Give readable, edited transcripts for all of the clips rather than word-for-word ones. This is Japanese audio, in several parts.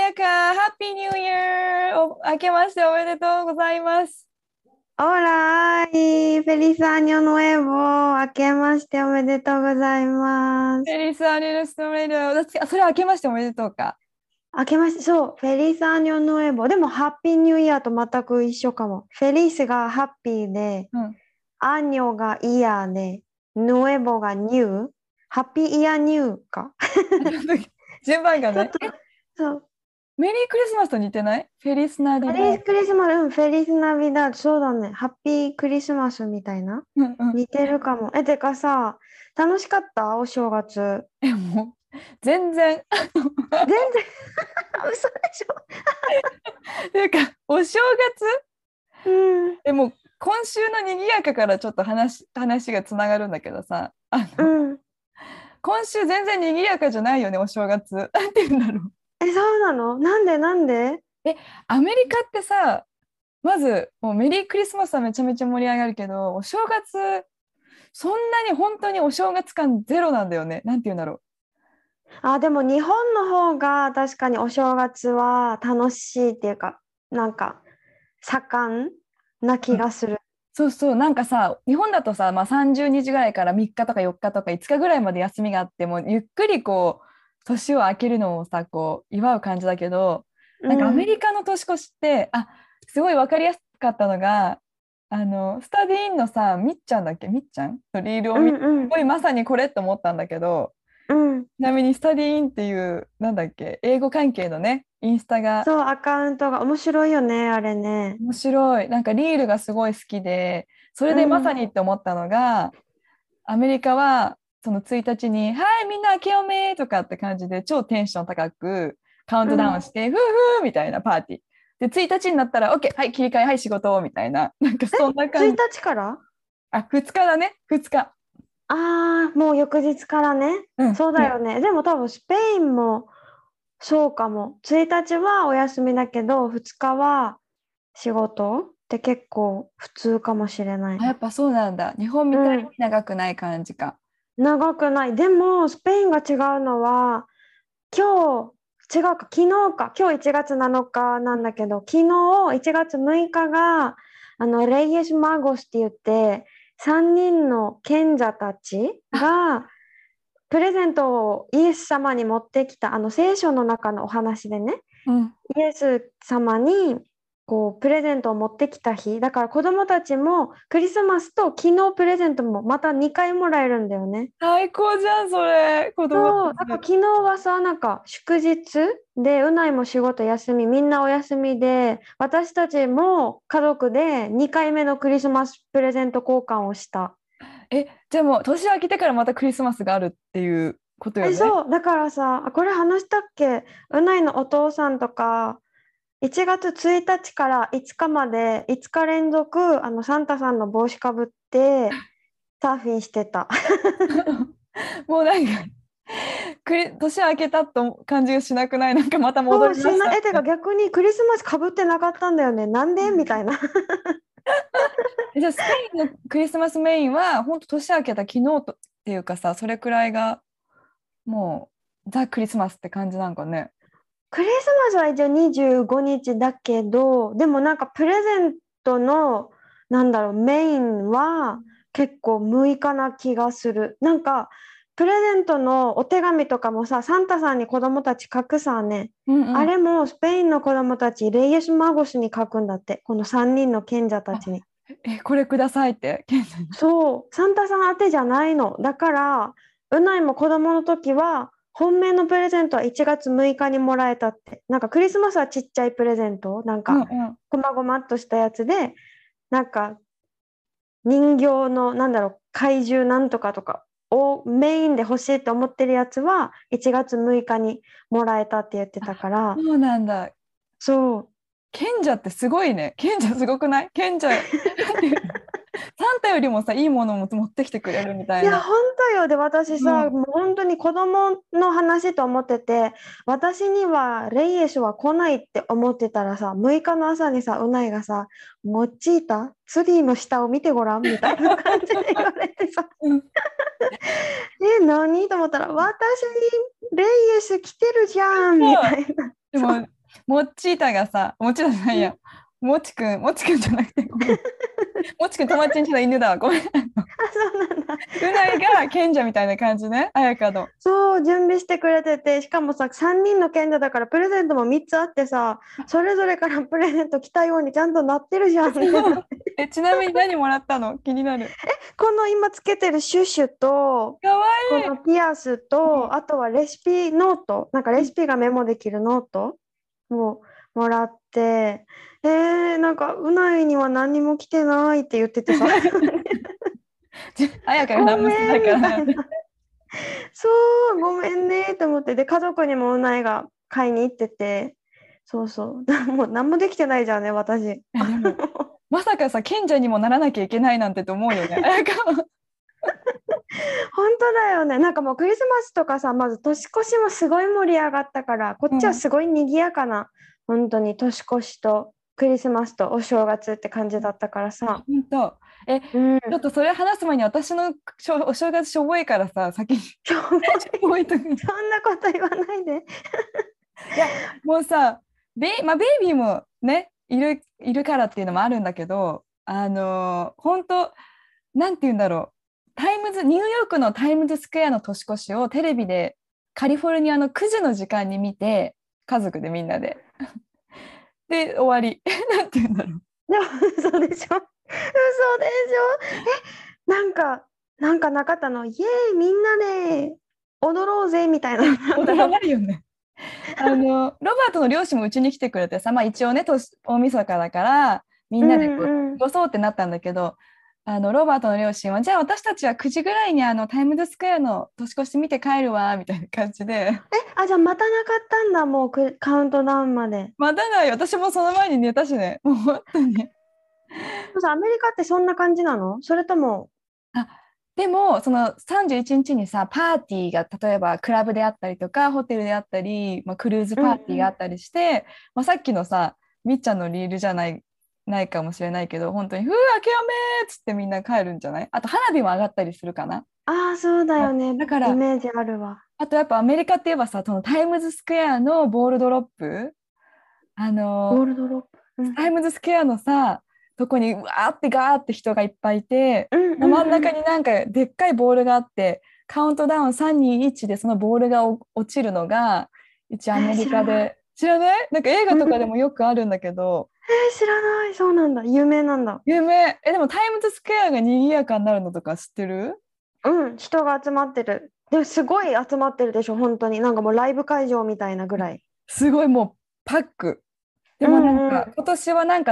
やか、ハッピーニューイヤーを明けましておめでとうございます。 Hola, y feliz año nuevo. 明けましておめでとうございます。 フェリスアニューストメイド。それ明けましておめでとうか。 明けまして、そう、フェリスアニョヌエボ。でも、ハッピーニューイヤーと全く一緒かも。フェリスがハッピーで、 うん。 アニョがイヤーで、ヌエボがニュー。ハッピーイヤーニューか。 順番がね。 ちょっと、そう。 メリークリスマスと似てない？フェリスナディダー。 フェリスクリスマス、フェリスナビダード、そうだね。ハッピークリスマスみたいな。 うんうん。 似てるかも。てかさ、楽しかったお正月。 もう、全然。 全然嘘でしょ。 っていうか、お正月うん、 もう、今週の賑やかからちょっと話がつながるんだけどさ、 うん。 今週全然賑やかじゃないよね、お正月。なんて言うんだろう。 そうなの？なんで？ え、アメリカってさ、まず、もうメリークリスマスはめちゃめちゃ盛り上がるけど、お正月、そんなに本当にお正月感ゼロなんだよね。なんて言うんだろでも日本の方が確かにお正月は楽しいっていうか、なんか盛んなう。うん。 気がする。 そうそう、なんかさ、日本だとさ、まあ、30日ぐらいから3日とか4日とか5日ぐらいまで休みがあって、もうゆっくりこう、年を明けるのをさ、こう、祝う感じだけど、 うなんかアメん、 リカの年越しって、すごい分かりやすかったのが、スタディーンのさ、みっちゃんだっけ、みっちゃんのリールを見て、 うん、うん、 すごいまさにこれって思ったんだけど、 うん。 ちなみにスタディーンっていう、なんだっけ、英語関係のね、インスタがそう、アカウントが面白いよね、あれね。 面白い。なんかリールがすごい好きで、それうん、 でまさにって思ったのが、アメリカはその1日に、はい、みんな明けおめとかって感じで超テンション高くカウントダウンうん。 して、ふうふうみたいなパーティー。で、1日になったら、OK、はい、切り替え、はい、仕事みたいな、なんかそんな 1 感じ。 日から？ 2日だね、2日。 もう翌日からね。 うん。 そうだよね。でも多分スペインもそうかも。1日はお休みだけど、2日は仕事って結構普通かもしれない。 やっぱそうなんだ。日本うみたいにん。 長くない感じか。 長くない。でも、スペインが違うのは、今違うか、昨日か、今日1月7日なんだけど、昨日1月6日が、レイエス・マゴスって言って、3人の賢者たちあ、 が、プレゼントをイエス様に持ってきた、聖書の中のお話でね、 うん。 イエス様にこうプレゼントを持ってきた日だから子供たちもクリスマスと昨日プレゼントもまた2回もらえるんだよね。 最高じゃん、それ。子供たそう、だからち。 昨日はさ、なんか祝日で、うないも仕事休み、みんなお休みで、私たちも家族で2回目のクリスマスプレゼント交換をした。 じゃあもう年明けてからまたクリスマスがあるっていうことよね。 そう、だからさ、これ話したっけ？うないのお父さんとか、1月1日から5日まで5日連続サンタさんの帽子かぶってサーフィンしてた。 もうなんか年明けたと感じがしなくない？なんかまた戻そうりましたしない。てかみたいな。 逆にクリスマスかぶってなかったんだよね。なんでみたいな。 じゃあスペインのクリスマスメインは本当年明けた昨日とっていうかさ、それくらいがもうザ・クリスマスって感じなんかね。 クリスマスは一応25日だけど、でもなんかプレゼントのなんだろうメインは結構6日な気がする。なんかプレゼントのお手紙とかもさ、サンタさんに子供たち書くさね。 うんうん。 あれもスペインの子供たち、レイエス・マゴスに書くんだって。この3人の賢者たあ、 ちに。 これくださいって、ケンさんに。 そう、サンタさん宛てじゃないの。だから、うないも子供の時は、本命のプレゼントは1月6日にもらえたって。なんかクリスマスはちっちゃいプレゼント、なんか、 うんうん。 こまごまっとしたやつで、なんか人形の、なんだろう、怪獣なんとかとかをメインで欲しいって思ってるやつは、1月6日にもらえたって言ってたから、 そうなんだ。 そう。 賢者ってすごいね。賢者すごくない？賢者、なんていうの？サンタよりもさ、いいものを持ってきてくれるみたいや、 いな。 本当よ。で、私さ、 うん。 もう本当に子供の話と思ってて、私にはレイエスは来ないって思ってたらさ、6日の朝にさ、うないがさ、モッチータ、ツリーの下を見てごらんみたいな感じで言われてさ、 うん。 何と思ったら、私にレイエス来てるじゃんみたいな。 でも、 そう。 モッチータがさ、モッチータじゃないや、もちくんじゃなくて、ごめん。もちくん友達んちの犬だわ、ごめん。うあ、そうなんだ。 ないが賢者みたいな感じね、綾香の。 そう、準備してくれてて、しかもさ、3人の賢者だからプレゼントも3つあってさ、それぞれからプレゼント来たようにちゃんとなってるじゃんってなって。 ちなみに何もらったの気になる。 この今つけてるシュシュと、 かわこいい。 のピアスと、あとはレシピノート、なんかレシピがメモできるノートをもらって、なんか、うないには何にも来てないって言っててさ、 綾香がご何もしてなめんみいから。 たいな。そう、ごめんねと思って、で、家族にもうないが買いに行ってて、そうそう、もう何もできてないじゃんね、私。 でも、まさかさ、賢者にもならなきゃいけないなんてと思うよね。綾香は。 本当だよね。なんかもうクリスマスとかさ、まず年越しもすごい盛り上がったから、こっちはすごい賑やかな、本当に年越しとクリスマスとお正月って感じだったからさ。 本当。 うん。 ちょっとそれ話す前に私のお正月しょぼいからさ、先にししょぼいょぼいとく。いそんなこと言わないで。 や、もうさ、まあ、ベイビーもね、いるからっていうのもあるんだけど、本当、なんて言うんだろう。ニューヨークのタイムズスクエアの年越しをテレビでカリフォルニアの9時の時間に見て、家族でみんなで。で、終わり。なんて言うんだろう。 でも嘘でしょ。嘘でしょ。なんかなかったの。イエーイみんなで踊ろうぜみたいな。 踊らないよね。ロバートの両親もうちに来てくれてさ、まあ、一応ね、大晦日だからみうんなでこうんうん。 過ごそうってなったんだけど、ロバートの両親はじゃあ私たちは9時ぐらいにタイムズスクエアの年越し見て帰るわみたいな感じで。 じゃあまたなかったんだ、もうカウントダウンまで。 まだないよ、私もその前に寝たしね、もう本当に。 アメリカってそんな感じなの？それとも、 あ、でもその31日にちにさ、パーティーが例えばクラブであったりとかホテルであったり、まあ、クルーズうんパーティーがあったりして、まあ、さっきのさみっちゃんのリールじゃないかもしれないけど、本当に「ふう明けおめ!」っつってみんな帰るんじゃない？あと花火も上がったりするかな。 ああ、そうだよね。 だからイメージあるわ。 あとやっぱアメリカって言えばさ、そのタイムズスクエアのボールドロップ、あのゴールドロップ。 タイムズスクエアのさとこにわーってガーって人がいっぱいいて、 うんうん真んうん。 中になんかでっかいボールがあって、カウントダウン321でそのボールが落ちるのが一応アメリ知らない。 カで、知らない？なんか映画うん、 とかでもよくあるんだけど、 知らない。そうなんだ。有名なんだ。 有名。でもタイムズスクエアが賑やかになるのとか知ってる？ うん、人が集まってる。でもすごい集まってるでしょ、本当に。なんかもうライブ会場みたいなぐらい。 すごいもうパック。でうもなんんうん。 か今年はなんか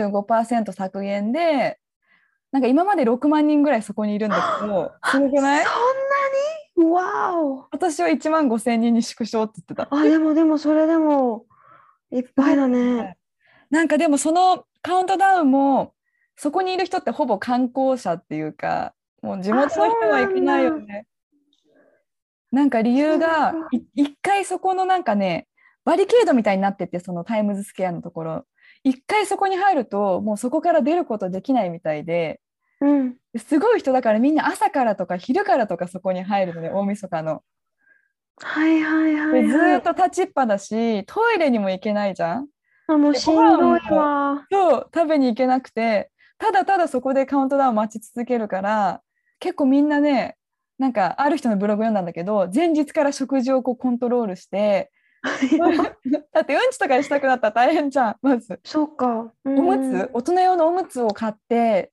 75%削減で、なんか今まで6万人ぐらいそこにいるんだけど、すごくない？ そんなにわお。 今年は1万5千人に縮小って言ってた。 でもそれでもいっぱいすごいだね。 ね。なんかでもそのカウントダウンもそこにいる人ってほぼ観光者っていうか、もう地元その人はう行けないよなんだ。 ね。なんか理由そうがか。 一回そこのなんかね、バリケードみたいになってて、そのタイムズスクエアのところ一回そこに入るともうそこから出ることできないみたいで、 うん。 すごい人だからみんな朝からとか昼からとかそこに入るのね、大晦日の。 はいはいはでずーいはい。 っと立ちっぱだし、トイレにも行けないじゃん。 もうで、ごしんどい飯もわ。 そう食べに行けなくて、ただただそこでカウントダウン待ち続けるから、結構みんなね、なんかある人のブログ読んだんだけど、前日から食事をこうコントロールして、だってうんちとかしたくなったら大変じゃん、まず。 そうか。うおむんうん。 つ、大人用のおむつを買って、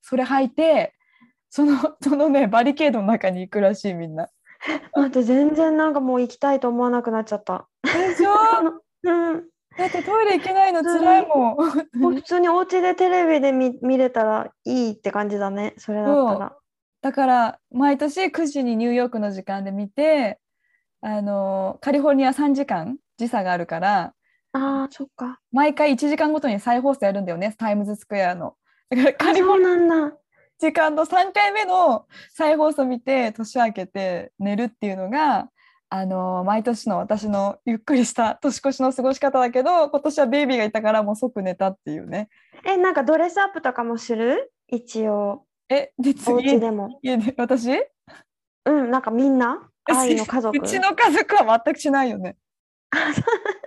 それ履いて、そのね、バリケードの中に行くらしい、みんな。 待って、全然なんかもう行きたいと思わなくなっちゃった。 でしょ？ うん。 だってトイレ行けないの普通に、 辛いもん。本当に。 普通にお家でテレビで見れたらいいって感じだね。それだったそう。 ら。 だから毎年9時にニューヨークの時間で見て、カリフォルニア3時間時差があるから、 ああ、そっか。 毎回1時間ごとに再放送やるんだよね、タイムズスクエアの。だからカリフォそうルニなんだ。 ア時間の3回目の再放送見て年明けて寝るっていうのが、毎年の私のゆっくりした年越しの過ごし方だけど、今年はベイビーがいたからもう即寝たっていうね。 なんかドレスアップとかもする？一応、 でお家家でも。 家で私うん、なんかみんな愛の家うち族。 の家族は全くしないよね。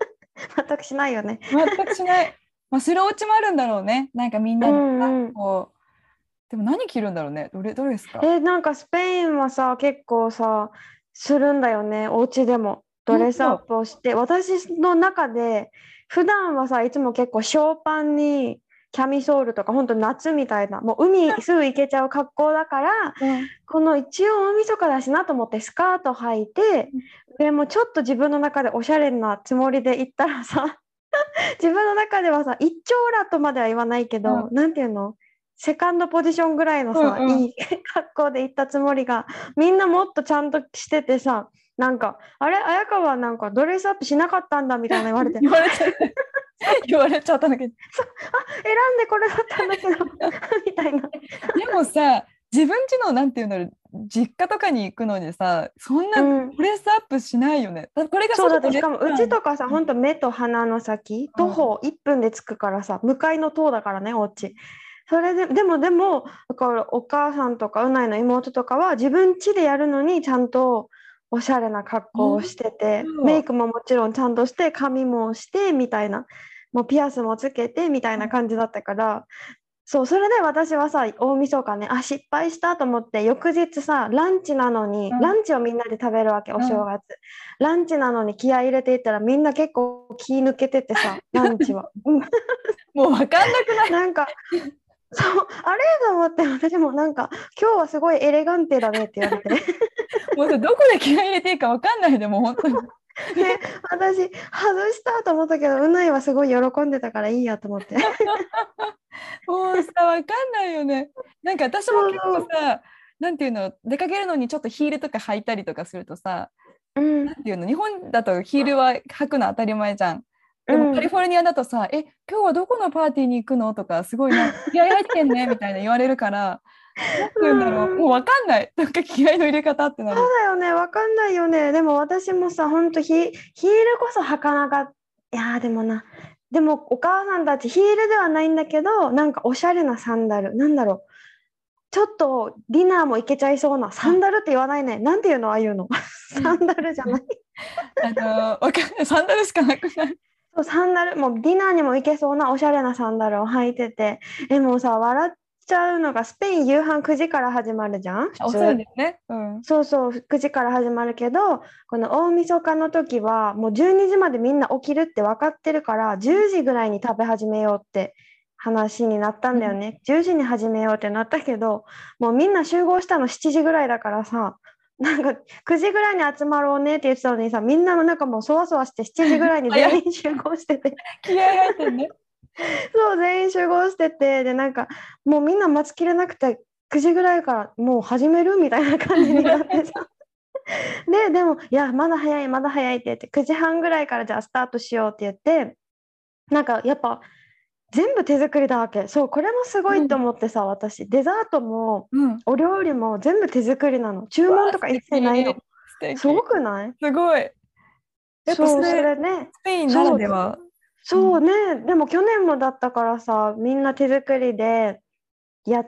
全くしないよね。 全くしない。まあ、するお家もあるんだろうね。なんかみんなでさ、こう、でも何着るんだろうね。どれですか？ なんかスペインはさ、結構さ、するんだよね。お家でもドレスアッ本当。 プをして。私の中で、普段はさ、いつも結構ショーパンにキャミソールとか、本当夏みたいな、もう海すぐ行けちゃう格好だから、 うん。 この一応大晦日だしなと思ってスカート履いて、でもちょっと自分の中でおしゃれなつもりで行ったらさ、自分の中ではさ、一丁羅とまでは言わないけど、 うんなんていうの、セカンドポジションぐらいのうんさ、 うん。 いい格好で行ったつもりが、みんなもっとちゃんとしててさ、なんか、あれ、綾香はなんかドレスアップしなかったんだみたいな言われて、 言われちゃった。言われちゃったんだけど。 選んでこれだったんだけど、みたいな。 でもさ、自分家のなんていうんだろう、実家とかに行くのにさ、そんなドうん。 レスアップしないよね。これがそうだ外のレスってしかもうトラン。 ちとかさ、ほんと目と鼻の先、徒歩1分で着くからさ、向かいの塔だからね、お家。それで、でも、だからお母さんとかうないの妹とかは自分家でやるのにちゃんとおしゃれな格好を本してて、メイ当。 クももちろんちゃんとして、髪もしてみたいな、もうピアスもつけてみたいな感じだったから、そう、それで私はさ、大晦日ね、あ、失敗したと思って、翌日さ、ランチなのに、ラうんンチをみんなで食べるわけ、おうん。 正月。ランチなのに気合い入れていったら、みんな結構気抜けててさ、ランチは。 もう分かんなくない？ なんか、そう、あれと思って、私もなんか、今日はすごいエレガンテだねって言われて。 もうさ、どこで気合い入れていいか分かんないでもう本当に。 で、私、外したと思ったけど、うないはすごい喜んでたからいいやと思って。 もうさ、分かんないよね。なんか私も結そうそう。 構さ、なんていうの、出かけるのにちょっとヒールとか履いたりとかするとさ、 うん、 なんていうの、日本だとヒールは履くの当たり前じゃん。 うでもカリん。 フォルニアだとさ、今日はどこのパーティーに行くのとか、すごいなんか気合い入ってんねみたいな言われるから、なんてういうんだろう、もうん。 分かんない。なんか気合いの入れ方ってなそうる。 だよね、わかんないよね。でも私もさ、ほんとヒールこそ履かなかった。いやーでもな。でもお母さんたちヒールではないんだけど、なんかおしゃれなサンダル。なんだろう。ちょっとディナーも行けちゃいそうな。サンあ、 ダルって言わないね。なんていうのああいうの。サンダルじゃない。 わかんない。サンダルしかなくない？ そう、サンダル、もうディナーにも行けそうなおしゃれなサンダルを履いてて。もうさ、笑っちゃうのが、スペイン夕飯9時から始まるじゃん、普遅いん通。 ですね。うん。 そうそう、9時から始まるけど、この大晦日の時はもう12時までみんな起きるって分かってるから、10時ぐらいに食べ始めようって話になったんだよね。10時に始めようってなったけど、もうみんな集合したの7時ぐらいだからさ、なんか9時ぐらいに集まろうねって言ってたのにさ、みんなの中もうそわそわして7時ぐらいに早い。 全員集合してて、 気合い入ってんね。 そう、全員集合してて、で、なんかもうみんな待ちきれなくて、9時ぐらいからもう始めるみたいな感じになってさ。でも、いや、まだ早い、まだ早いって言って、9時半ぐらいからじゃあスタートしようって言って、なんかやっぱ全部手作りだわけ。そう、これもすごいとうん。 思ってさ、私、デザートもうん。 お料理も全部手作りなの。注わあ、 文とか一素敵。 切ないの。 素すご敵。 くない？ すごい。やっぱそそう、それ、 れね。 スペインならそう、 では。うん。 そうね。でも去年もだったからさ、みんな手作りでやって、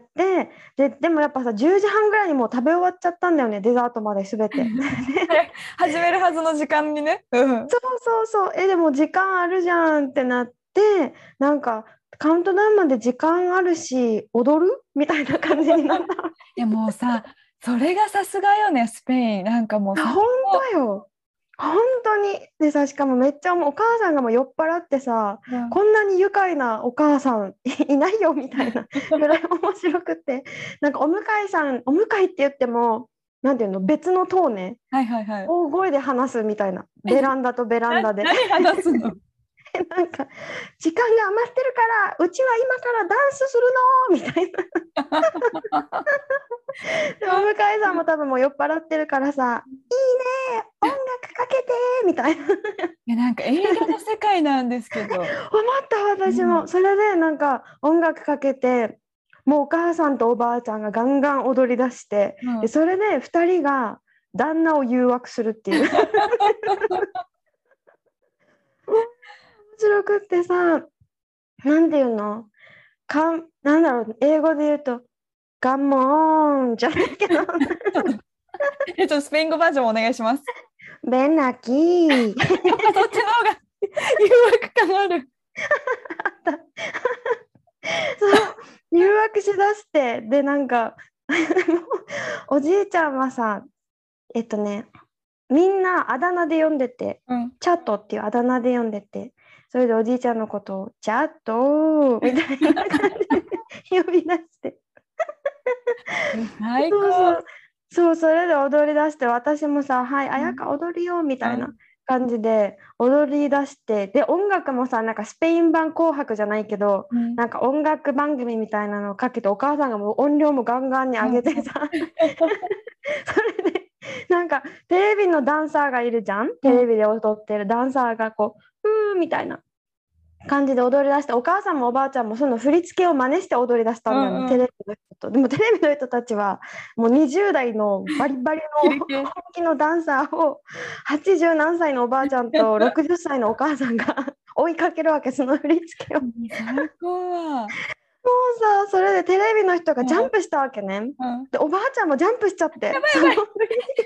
でもやっぱさ、10時半ぐらいにもう食べ終わっちゃったんだよね、デザートまで全て。 始めるはずの時間にね。うん。 そうそうそう。でも時間あるじゃんってなって、なんかカウントダウンまで時間あるし、踊るみたいな感じになった。いいやもうさ、それがさすがよね、スペイン。なんかもうや、 最本高。 当よ。本当に。でさ、しかもめっちゃもうお母さんがもう酔っ払ってさ、 うん。 こんなに愉快なお母さんいないよみたいなぐらい面白くて、なんかお向かいさん、お向かいって言っても、なんていうの、別の塔ね、 はいはいはい。 大声で話すみたいな、ベランダとベランダで。 何話すの？ なんか時間が余ってるからうちは今からダンスするのみたいな。でお向かいさんも多分もう酔っ払ってるからさ、いいね音楽かけてみたいな。思っいやなんか映画の世界なんですけど。 た私も。 うん。 それでなんか音楽かけて、もうお母さんとおばあちゃんがガンガン踊り出して、 うん。 でそれで2人が旦那を誘惑するっていう。面白くってさ、なんていうの、なんだろう、英語で言うと、カモーンじゃないけど、 ちょっと、ちょっとスペイン語バージョンお願いします。 ベンナキー。 やっぱそっちの方が。 惑感ある。 そう誘惑しだして、でなんかおじいちゃんはさ、みんなあだ名で呼んでて、 うん、 チャットっていうあだ名で呼んでて、それでおじいちゃんのことをチャットみたいな感じで呼び出して、 最高。 そうそう、そうそれで踊り出して、私もさ、はい、あやか踊るよみたいな感じで踊り出して、で音楽もさ、なんかスペイン版紅白じゃないけど、 うん、 なんか音楽番組みたいなのをかけて、お母さんがもう音量もガンガンに上げてさ、それでなんかテレビのダンサーがいるじゃん、テレビで踊ってるダンサーがこうふーみたいな感じで踊り出して、お母さんもおばあちゃんもその振り付けを真似して踊り出したんだよね、テレビの人と。でもテレビの人たちはもう20代のバリバリの本気のダンサーを80何歳のおばあちゃんと60歳のお母さんが追いかけるわけ、その振り付けを。も最高は。 うさ、それでテレビの人がジャンプしたわけね。でおばあちゃんもジャンプしちゃって、その振り付け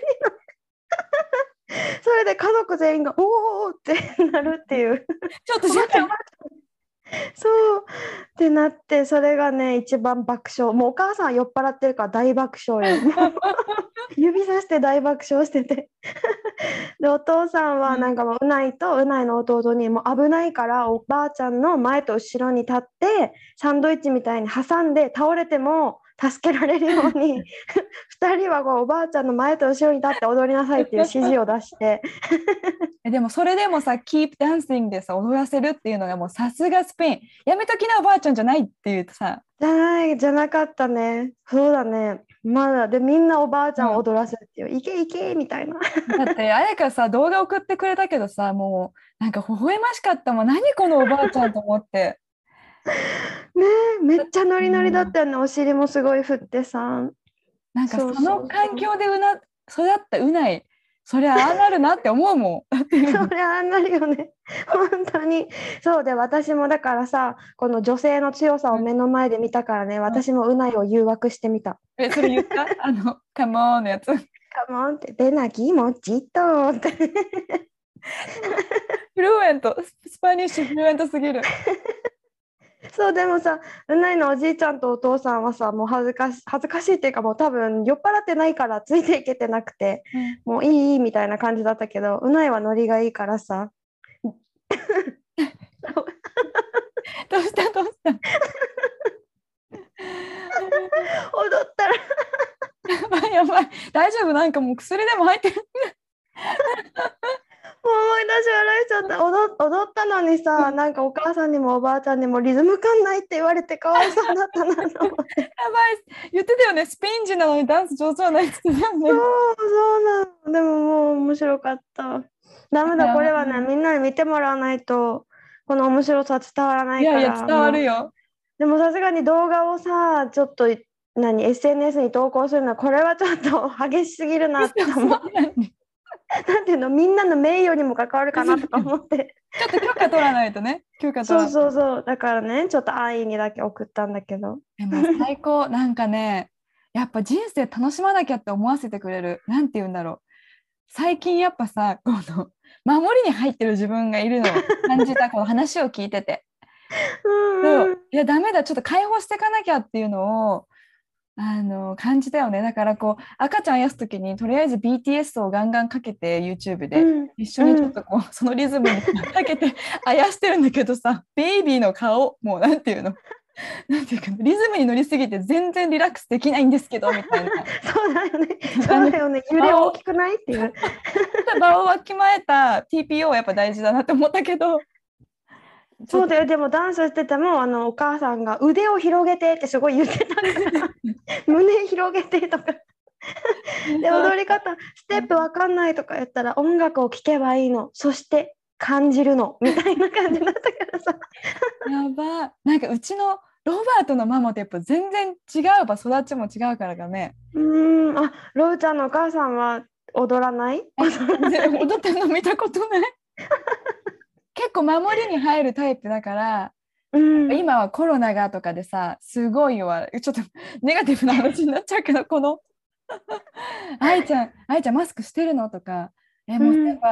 それで家族全員がおーってなるっていう。 ちょっと待って。 そうってなって、それがね一番爆笑。もうお母さんは酔っ払ってるから大爆笑よ。もう指さして大爆笑しててでお父さんはなんかもううないとうないの弟にもう危ないからおばあちゃんの前と後ろに立ってサンドイッチみたいに挟んで、倒れても助けられるように2人はこうおばあちゃんの前と後ろに立って踊りなさいっていう指示を出してでもそれでもさ、Keep Dancing でさ、踊らせるっていうのがもうさすがスペイン。やめときなおばあちゃんじゃないって言うとさ。 じゃなかったね。そうだね。まだでみんなおばあちゃんをうん、 踊らせるっていう、いけいけみたいな。 だってあやかさ、動画送ってくれたけどさ、もうなんか微笑ましかったもん。何このおばあちゃんと思って。 ねえ、めっちゃノリノリだっうん、 たよね。お尻もすごい振ってさ。 なんかそそうそのうそう。 環境で育ったうない、そりゃああなるなって思うもん。だっていうの。 そりゃあんなるよね。本当に。そうで、私もだからさ、この女性の強さを目の前で見たからね、 うん、 私もうないを誘惑してみた。 それ言ったカモンのやつ。 カモンって、ベナギモチッとって。 フルエント、スパニッシュフルエントすぎる。 そうでもさ、うないのおじいちゃんとお父さんはさ、もう恥ずかしいっていうか、もう多分酔っ払ってないからついていけてなくて、 うん、 もういいみたいな感じだったけど、うないはノリがいいからさ、 どうしたどうした。 踊ったらやばいやばい。大丈夫、なんかもう薬でも入ってる。 もう思い出し笑いちゃった。踊ったのにさ、なんかお母さんにもおばあちゃんにもリズム感ないって言われてかわいそうだったなと思って。 やばい。言ってたよね。スペイン人なのにダンス上手はないって言ってたよね。 そうなの。でももう面白かった。ダメだ、これはね、みんなに見てもらわないと、この面白さ伝わらないから、 いやいや、伝わるもう。 よ。 でもさすがに動画をさ、ちょっとSNS に投稿するのは、これはちょっと激しすぎるなって思って。なんていうの、みんなの名誉にも関わるかなとか思って。 ちょっと許可取らないとね。許可取そうらないと。 そうそう。だからね、ちょっと安易にだけ送ったんだけど。 でも最高。なんかね、やっぱ人生楽しまなきゃって思わせてくれる。なんて言うんだろう。最近やっぱさ、この守りに入ってる自分がいるのを感じた、この話を聞いてて。そう、いや、ダメだ、ちょっと解放していかなきゃっていうのを感じたよね。だからこう赤ちゃんあやす時にとりあえず BTS をガンガンかけて YouTube で一緒にちょっとこうそのリズムにかけてあやしてるんだけどさ、ベイビーの顔もうなんていうのなんていうかリズムに乗りすぎて全然リラックスできないんですけどみたいな。 そうだよね。そうだよね。揺れ大きくないっていう。 場をわきまえた TPO はやっぱ大事だなって思ったけど。 そうだよ。でもダンスしててもお母さんが腕を広げてってすごい言ってたから胸広げてとかで踊り方ステップわかんないとか言ったら音楽を聴けばいいの、そして感じるのみたいな感じだったからさやば。なんかうちのロバートのママとやっぱ全然違うば育ちも違うからかね。 あ、ロウちゃんのお母さんは踊らない？ 踊ってるの見たことない。結構守りに入るタイプだから、今はコロナがとかでさ、すごいよ、ちょっとネガティブな話になっちゃうけど、愛ちゃんマスクしてるのとか、もうやっぱ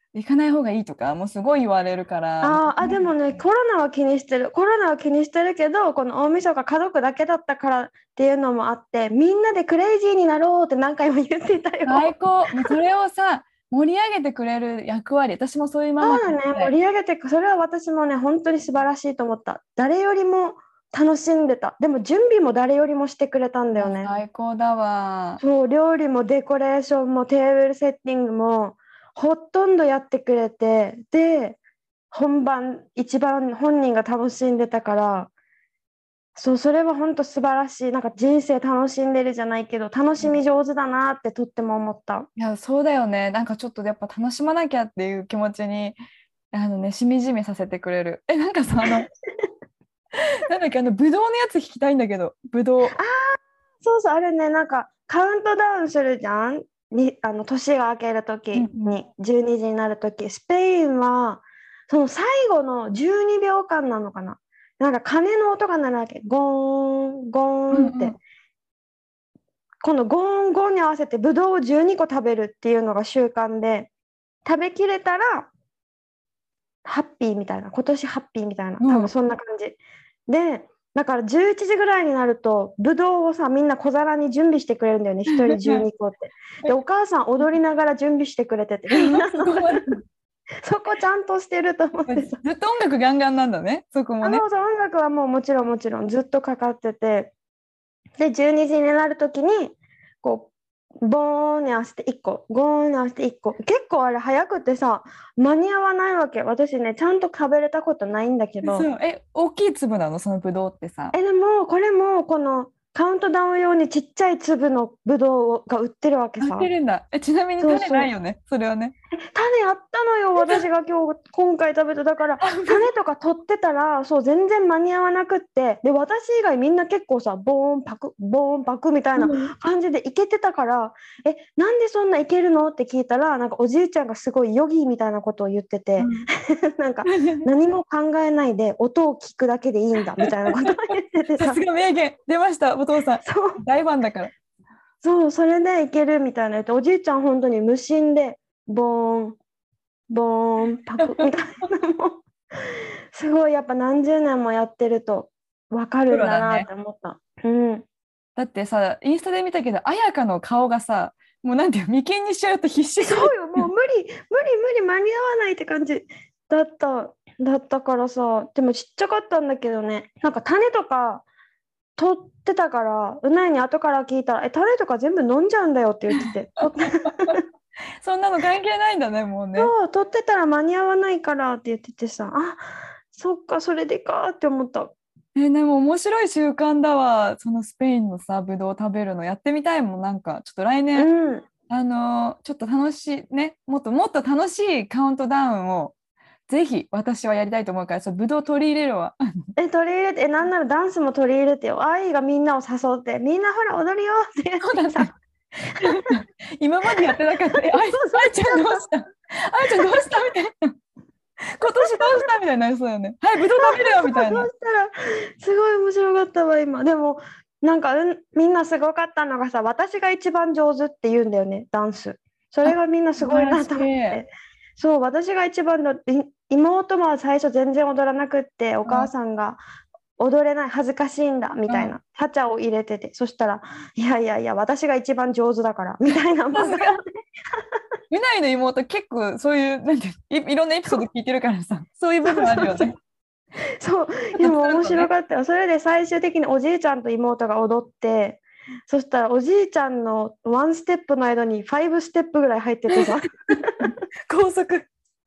行かない方がいいとかもうすごい言われるから。 でもね、コロナは気にしてる。コロナは気にしてるけど、この大晦日家族だけだったからっていうのもあって、みんなでクレイジーになろうって何回も言ってたよ。 最高。もうそれをさ、盛り上げてくれる役割、私もそういうママにそうだね、 なりたい。 盛り上げてく、それは私もね、本当に素晴らしいと思った。誰よりも楽しんでた。でも準備も誰よりもしてくれたんだよね。 最高だわ。 そう、料理もデコレーションもテーブルセッティングもほとんどやってくれて、で、本番一番本人が楽しんでたから、そう、それは本当素晴らしい。なんか人生楽しんでるじゃないけど、楽しみ上手だなってとっても思った。 いや、そうだよね。なんかちょっとやっぱ楽しまなきゃっていう気持ちに、しみじみさせてくれる。なんかさ、なんだっけ、ぶどうのやつ聞きたいんだけど、ぶどう。 そうそう、あれね、なんかカウントダウンするじゃん。年が明ける時うんうん。 に、12時になる時、スペインは、その最後の12秒間なのかな。なんか鐘の音が鳴るわけ。ゴーン、ゴうんーンって。 うん。 このゴーン、ゴーンに合わせてブドウを12個食べるっていうのが習慣で、食べきれたら、ハッピーみたいな、今年ハッピーみたいな、多分そんな感じ。で、だから11時ぐらいになると、ぶどうをさ、みんな小皿に準備してくれるんだよね、1人12個って。で、お母さん踊りながら準備してくれてて、みんなのすごい。 そこちゃんとしてると思ってさ。 ずっと音楽ガンガンなんだね、そこもね。 そうそう、音楽はもうもちろんもちろんずっとかかってて、で、12時になるときに、こう、ボーンに合わせて1個、ゴーンに合わせて1個。結構あれ早くてさ、間に合わないわけ。私ね、ちゃんと食べれたことないんだけど、 そう、大きい粒なの、そのぶどうってさ。 でも、これも、このカウントダウン用にちっちゃい粒のぶどうが売ってるわけ売ってさ。 るんだ。ちなみに種そうそう。 ないよね、それはね。 種あったのよ、私が今回食べた。だからあ、 種とか取ってたら、そう全然間に合わなくって、で私以外みんな結構さ、ボーンパクボーンパクみたいなうん。 感じでいけてたから、なんでそんないけるのって聞いたら、なんかおじいちゃんがすごいヨギみたいなことを言ってて、 うん。 なんか何も考えないで音を聞くだけでいいんだみたいなことを言っててさ。 さすが名言出ました、お父さん。 そう大ファンだから。 そう、それでいけるみたいなやつ。おじいちゃん本当に無心で、ボーン、ボーン、パクみたいなのも、すごいやっぱ何十年もやってると分かプるんだロだね。 なって思った。うん。 だってさ、インスタで見たけど、彩香の顔がさ、もうなんていう、眉間にしちゃうと必死すぎる。 そうよ、もう無理、無理、無理、間に合わないって感じだったからさ、でもちっちゃかったんだけどね、なんか種とか取ってたから、うないに後から聞いたら、種とか全部飲んじゃうんだよって言ってて、 そんなの関係ないんだね、もうね。 そう、取ってたら間に合わないからって言っててさ、そっか、それでかって思った。 でも面白い習慣だわ。そのスペインのさ、ぶどう食べるのやってみたいもん。なんか、ちょっと来う年、 ん。 ちょっと楽しいね、もっともっと楽しいカウントダウンをぜひ私はやりたいと思うから、ぶどう取り入れるわ。 取り入れて、なんならダンスも取り入れてよ。愛がみんなを誘って、みんなほら踊るよって言っそうだてさ。 ね。今までやってなかった。あいちゃんどうしたあいちゃんどうしたみたいな。今年どうしたみたいになりそうだよね。はい、ぶどう食べるよみたいな。 そうしたら、すごい面白かったわ、今。でも、なんか、みんなすごかったのがさ、私が一番上手って言うんだよね、ダンス。それがみんなす素晴らしごいなと思っい。 て。そう、私が一番の、妹は最初全然踊らなくって、お母さんが踊れない、恥ずかしいんだ、みたいな、ハチャを入れてて、そしたら、いやいやいや、私が一番上手だから、みたいなもんが。 さすが。うないの妹結構そういうなんていろんなエピソード聞いてるからさ、そういう部分あるよね。 そう、でも面白かったよ。それで最終的におじいちゃんと妹が踊って、そしたらおじいちゃんのワンステップの間に5ステップぐらい入っててさ、 高速。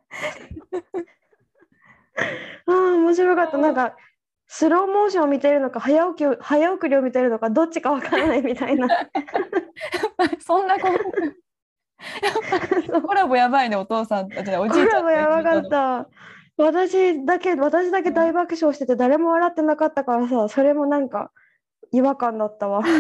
面白かった。なんかスローモーションを見てるのか早送りを見てるのかどっちかわからないみたいな。 そんな高速。コラボやばいね、お父さんたち、おコじいちゃんとラボやばか妹の。 った。私だけ大爆笑してて誰も笑ってなかったからさ、それもなんか違和感だったわ。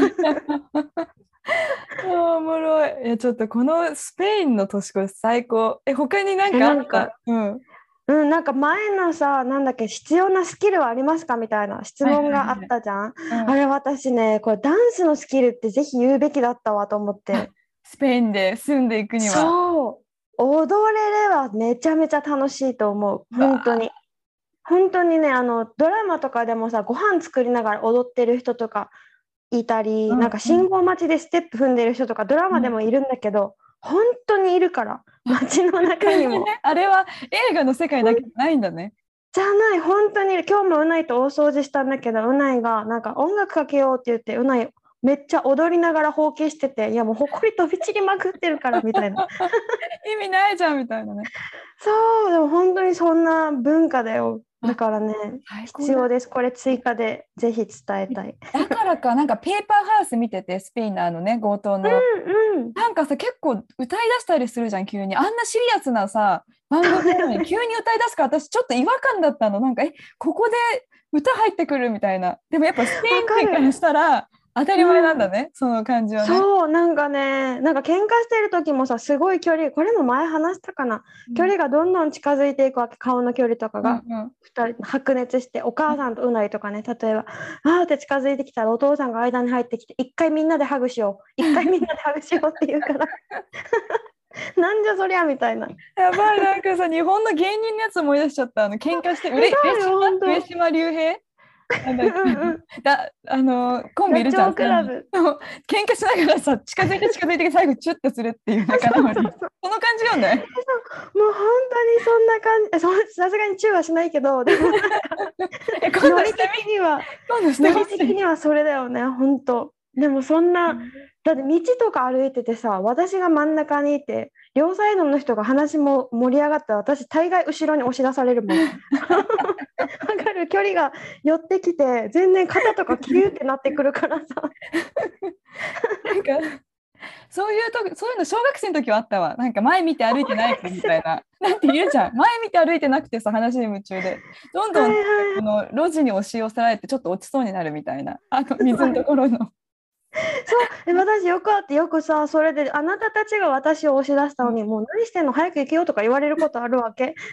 おもろい。いや、ちょっとこのスペインの年越し最高。他になんかあっなんか、 た？うん。 なんか前のさ、なんだっけ、必要なスキルはありますかみたいな質はいはい問があっはい。 たじゃん。 うん。 あれ私ね、これダンスのスキルってぜひ言うべきだったわと思っあ、 て。 スペインで住んでいくには。 そう。 踊れればめちゃめちゃ楽しいと思う。本当に。本当にね、ドラマとかでもさ、ご飯作りながら踊ってる人とかいたり、なんか信号待ちでステップ踏んでる人とかドラマでもいるんだけど、本当にいるから、街の中にも。 あれは映画の世界だけじゃないんだね。 じゃない、本当に。今日もうないと大掃除したんだけど、うないがなんか音楽かけようって言って、うないめっちゃ踊りながらほうきしてて、いやもうほこり飛び散りまくってるからみたいな。 意味ないじゃんみたいなね。 そう、でも本当にそんな文化だよ。だからね、必要です。これ追加でぜひ伝えたい。 だからか、なんかペーパーハウス見てて、スペインのね、強盗の。なんかさ、結構歌い出したりするじゃん、急に。あんなシリアスなさ、番組なのに急に歌い出すから、私ちょっと違和感だったの。なんか、ここで歌入ってくるみたいな。でもやっぱスペイン人からしたら、当たり前なんだね、その感じはね。 そう、なんかね、なんか喧嘩してる時もさ、すごい距離、これも前話したかな、距離がどんどん近づいていくわけ、顔の距離とかが、2人白熱して、お母さんとうないとかね、例えば、あーって近づいてきたらお父さんが間に入ってきて、一回みんなでハグしよう、一回みんなでハグしようって言うから、なんじゃそりゃみたいな。 やばい、なんかさ、日本の芸人のやつ思い出しちゃった。喧嘩して、上島竜兵コンビいるじゃん。喧嘩しながらさ、近づいて最後チュッてするっていう仲直り。その感じよね。 もう本当にそんな感じ、さすがにチューはしないけど、でもノリ的にはそれだよね、本当。でもそんな、だって道とか歩いててさ、私が真ん中にいて、両サイドの人が話も盛り上がったら、私大概後ろに押し出されるもん。わかる、距離が寄ってきて、全然肩とかキューってなってくるからさ。 なんかそういうの小学生の時はあったわ。なんか前見て歩いてないみたいな。なんて言うじゃん。前見て歩いてなくてさ、話に夢中で。どんどんこの路地に押し寄せられてちょっと落ちそうになるみたいな。水のところの。 そう、私よくあって、よくさ、それであなたたちが私を押し出したのに、もう何してんの、早く行けよとか言われることあるわけ。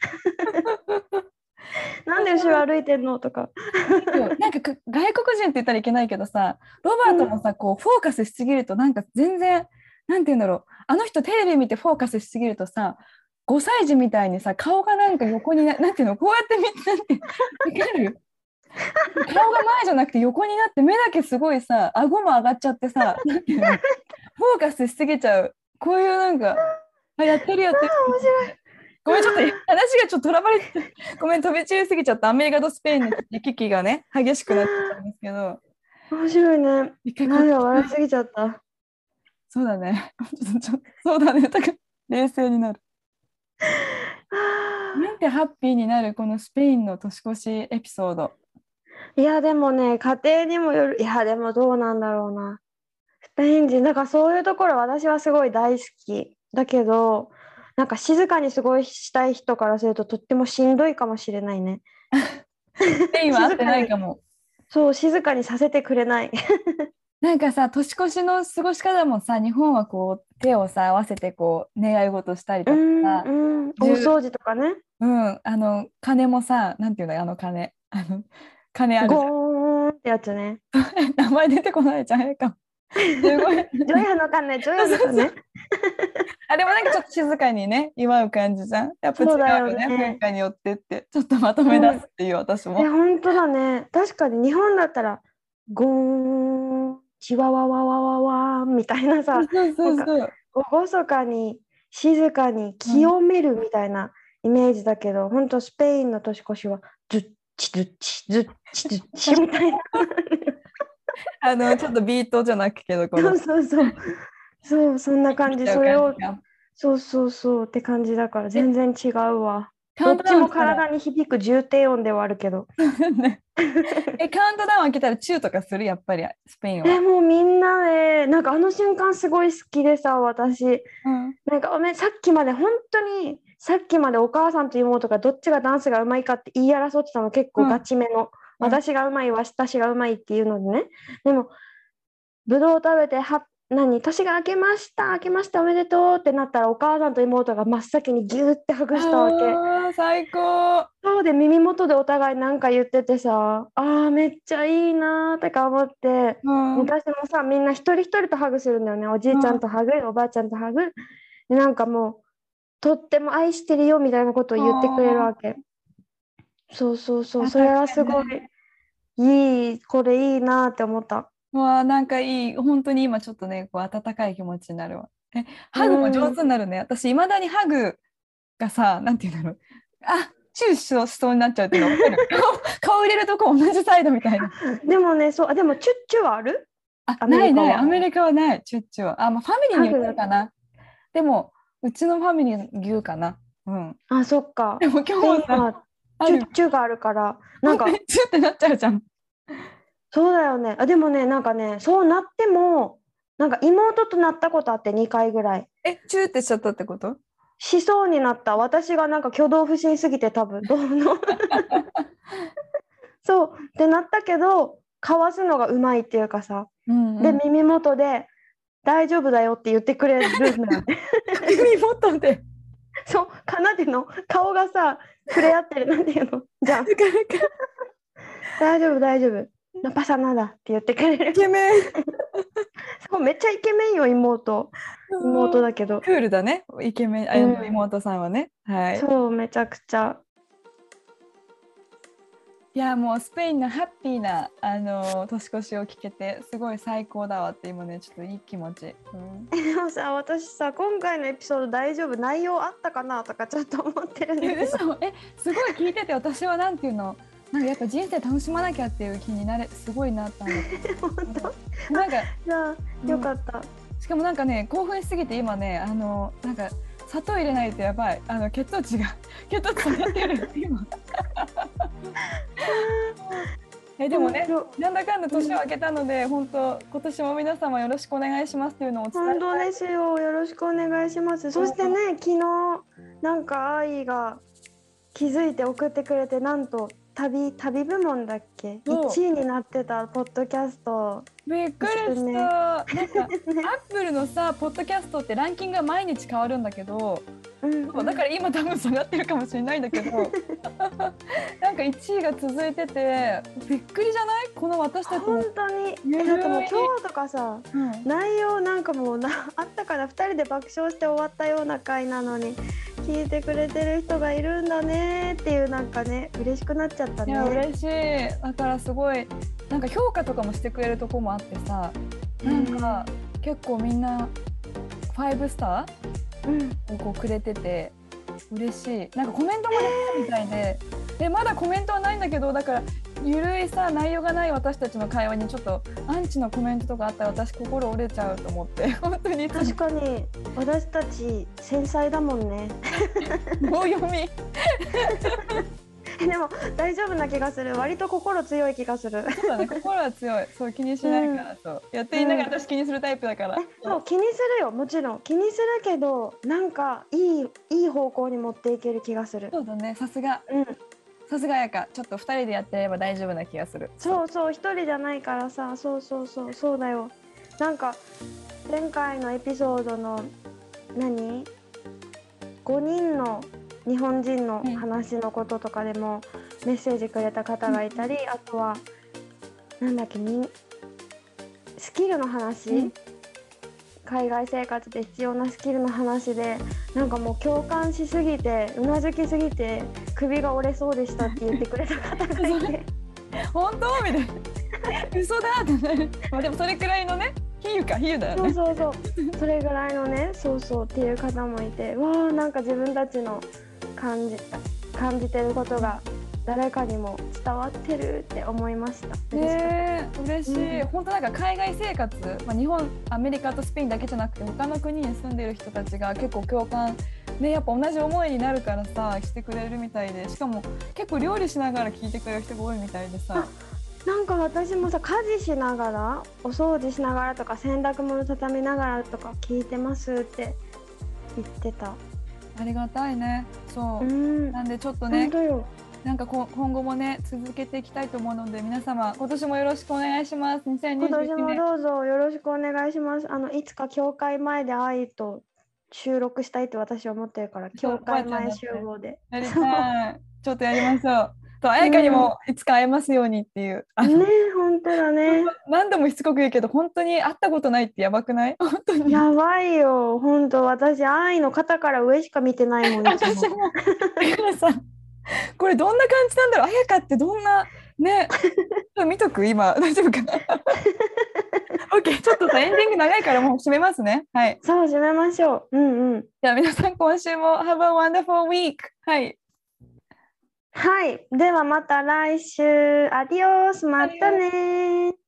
なんで後ろ歩いてんのとか。 なんか外国人って言ったらいけないけどさ、ロバートもさ、こうフォーカスしすぎるとなんか全然、なんて言うんだろう、あの人テレビ見てフォーカスしすぎるとさ、5歳児みたいにさ、顔がなんか横になんていうの、こうやってなんて、わかる顔が前じゃなくて横になって目だけすごいさ、顎も上がっちゃってさ、なんていうの、フォーカスしすぎちゃう。こういうなんか、やってる。 面白い。 ごめん、ちょっと話がちょっとトラブルごめん、飛び散りすぎちゃった。アメリカとスペインの行き来がね、激しくなっちゃったんですけど。 面白いね。なんか笑いすぎちゃった。 そうだね。そうだね。だから冷静になる。なんてハッピーになるこのスペインの年越しエピソード。 いや、でもね、家庭にもよる。いや、でもどうなんだろうな。スペイン人、だからそういうところ私はすごい大好き。だけど、なんか静かに過ごしたい人からするととってもしんどいかもしれないね。 スペインは合ってないかも。 そう、静かにさせてくれない。 なんかさ、年越しの過ごし方もさ、日本はこう手をさ合わせてこう願い事したりとかさ、 大掃除とかね。 鐘もさ、なんていうの、鐘。鐘あるじゃん。 ゴーンってやつね。 名前出てこないじゃん、かも。 ジョヤの鐘、ジョヤの鐘。 あれもなんかちょっと静かにね、祝う感じじゃん。やっぱ違うよね、文化によってって、ちょっとまとめ出すっていう、私も。 本当だね。確かに日本だったら、ゴーン、チワワワワワワみたいなさ、厳かに静かに清めるみたいなイメージだけど、本当スペインの年越しはズッチズッチズッチズッチみたいな。 ちょっとビートじゃなくけど、 そう、そんな感じ。それを、そうって感じだから全然違うわ。どっちも体に響く重低音ではあるけど。 カウントダウン開けたらチューとかする、やっぱりスペインは。 もうみんなで、なんかあの瞬間すごい好きでさ、私。なんかさっきまでお母さんと妹がどっちがダンスがうまいかって言い争ってたの、結構ガチめの。私がうまい、私がうまいっていうのでね。でも、ぶどう食べて、年が明けましたおめでとうってなったら、お母さんと妹が真っ先にギューってハグしたわけ。 最高。 そうで、耳元でお互いなんか言っててさ、めっちゃいいなーとか思って、私もさ、みんな一人一人とハグするんだよね。おじいちゃんとハグ、おばあちゃんとハグ。でなんかもとっても愛してるよみたいなことを言ってくれるわけ。そうそうそう、それはすごいいい、これいいなって思った。 わあ、なんかいい。本当に今ちょっとね、こう温かい気持ちになるわ。 うハグも上ん。 手になるね。私、いまだにハグがさ、なんていうんだろう。チューしそうになっちゃうっていうの分かる。顔入れるとこ同じサイドみたいな。 でもね、そう、でもチュッチュはある？アメないない。アリカは。 メリカはない、チュッチュは。まあ、ファミリーによるハグ。 かな。でも、うちのファミリー牛かな。うん。 あ、そっか。 でも今スペイン日さ、 はある。 チュッチュがあるから、なん本当にか、 チュってなっちゃうじゃん。 そうだよね。でもね、なんかね、そうなっても、なんか妹となったことあって2回ぐらい。 チューってしちゃったってこと？ しそうになった。私がなんか挙動不審すぎて多分、どうのそうってなったけど、かわすのがうまいっていうかさ。で、 うんうん。 耳元で、大丈夫だよって言ってくれるのよね。 耳元で。 そう、かなでの顔がさ、触れ合ってる、なんていうのじゃん。 なかなか大丈夫、大丈夫。ナパサナダって言ってくれイケる。 メン。 そう、めっちゃイケメンよ、妹。妹だけど。 クールだね。イケメン、 うん。 妹さんはね。はい。 そう、めちゃくちゃ。 いや、もうスペインのハッピーな、年越しを聞けて、すごい最高だわって今ね、ちょっといい気持ち。うん、 でもさ、私さ、今回のエピソード大丈夫？内容あったかなとかちょっと思ってるんだけど。 嘘。すごい聞いてて、私はなんていうの、なんかやっぱ人生楽しまなきゃっていう気にすごいなったんだけど。 本当？ なんか、 じゃあ、よかった。 しかもなんかね、興奮しすぎて今ね、なんか砂糖入れないとやばい。血糖値下がってる今。でもね、なんだかんだ年を明けたので、本当今年も皆様よろしくお願いしますっていうのをお伝え本当したい。 ですよ。よろしくお願いします。そしてね、昨日、なんか愛が気づいて送ってくれて、なんと旅部門だっけ？ そう 1 位になってたポッドキャストびっくりした。 ですね。 なんか、アップルのさ、ポッドキャストってランキングが毎日変わるんだけど、そうだから今多分下がってるかもしれないんだけどなんか1位が続いててびっくりじゃない？この私たち本の当に。 ゆるいだってもう今日とかさ、 うん内容なんかもうあったから2人で爆笑して終わったような回なのに、聞いてくれてる人がいるんだねっていう、なんかね、嬉しくなっちゃったいやね。 嬉しい。だからすごいなんか評価とかもしてくれるとこもあってさ、なんか結構みんな5スターをこうくれてて嬉しい。なんかコメントもできたみたいで、まだコメントはないんだけど、だからゆるいさ内容がない私たちの会話にちょっとアンチのコメントとかあったら私心折れちゃうと思って本当に確かに私たち繊細だもんね。 棒読みでも大丈夫な気がする。割と心強い気がする。 そうだね、心は強い。そう気にしないから、そうやっていながら私気にするタイプだから、 そう気にするよ。もちろん気にするけど、なんかいい方向に持っていける気がする。 そうだね、さすがうん。 さすがやか。ちょっと2人でやってれば大丈夫な気がする。 そうそう、一人じゃないからさ。そうそうそう、そうだよ。なんか前回のエピソードの何5人の日本人の話のこととかでもメッセージくれた方がいたり、あとはなんだっけ、スキルの話、海外生活で必要なスキルの話で、なんかもう共感しすぎてうなずきすぎて首が折れそうでしたって言ってくれた方がいて本当みたいな嘘だってねまあでもそれくらいのね比喩だよね。 そうそうそう、それぐらいのね、そうそうっていう方もいて、わあ、なんか自分たちの感じてることが誰かにも伝わってるって思いました。 嬉しい、本当なんか海外生活、日本、アメリカとスペインだけじゃなくて他の国に住んでる人たちが結構共感ね、やっぱ同じ思いになるからさしてくれるみたいで、しかも結構料理しながら聞いてくれる人が多いみたいでさ。 なんか私もさ、家事しながら、お掃除しながらとか洗濯物畳みながらとか聞いてますって言ってた。 ありがたいね。そう、なんでちょっとね、 本当よ。 なんか今後もね続けていきたいと思うので、皆様今年もよろしくお願いします。2021年。 今年もどうぞよろしくお願いします。いつか教会前で愛と収録したいって私は思ってるから、教会前集合で。 やりたい。ちょっとやりましょう。 と、彩香にもいつか会えますようにっていう。 ね、本当だね。 何度もしつこく言うけど、本当に会ったことないってやばくない？本当に。 やばいよ、本当。私、愛の肩から上しか見てないもん、いつも。 私も。だからさ、これどんな感じなんだろう。彩香ってどんな、ね、見とく今、大丈夫かな？ OK、ちょっとさ、エンディング長いからもう締めますね。はい。 そう、締めましょう。うんうん。 じゃあ皆さん、今週も Have a wonderful week! はい。 はい。ではまた来週。アディオス。またね。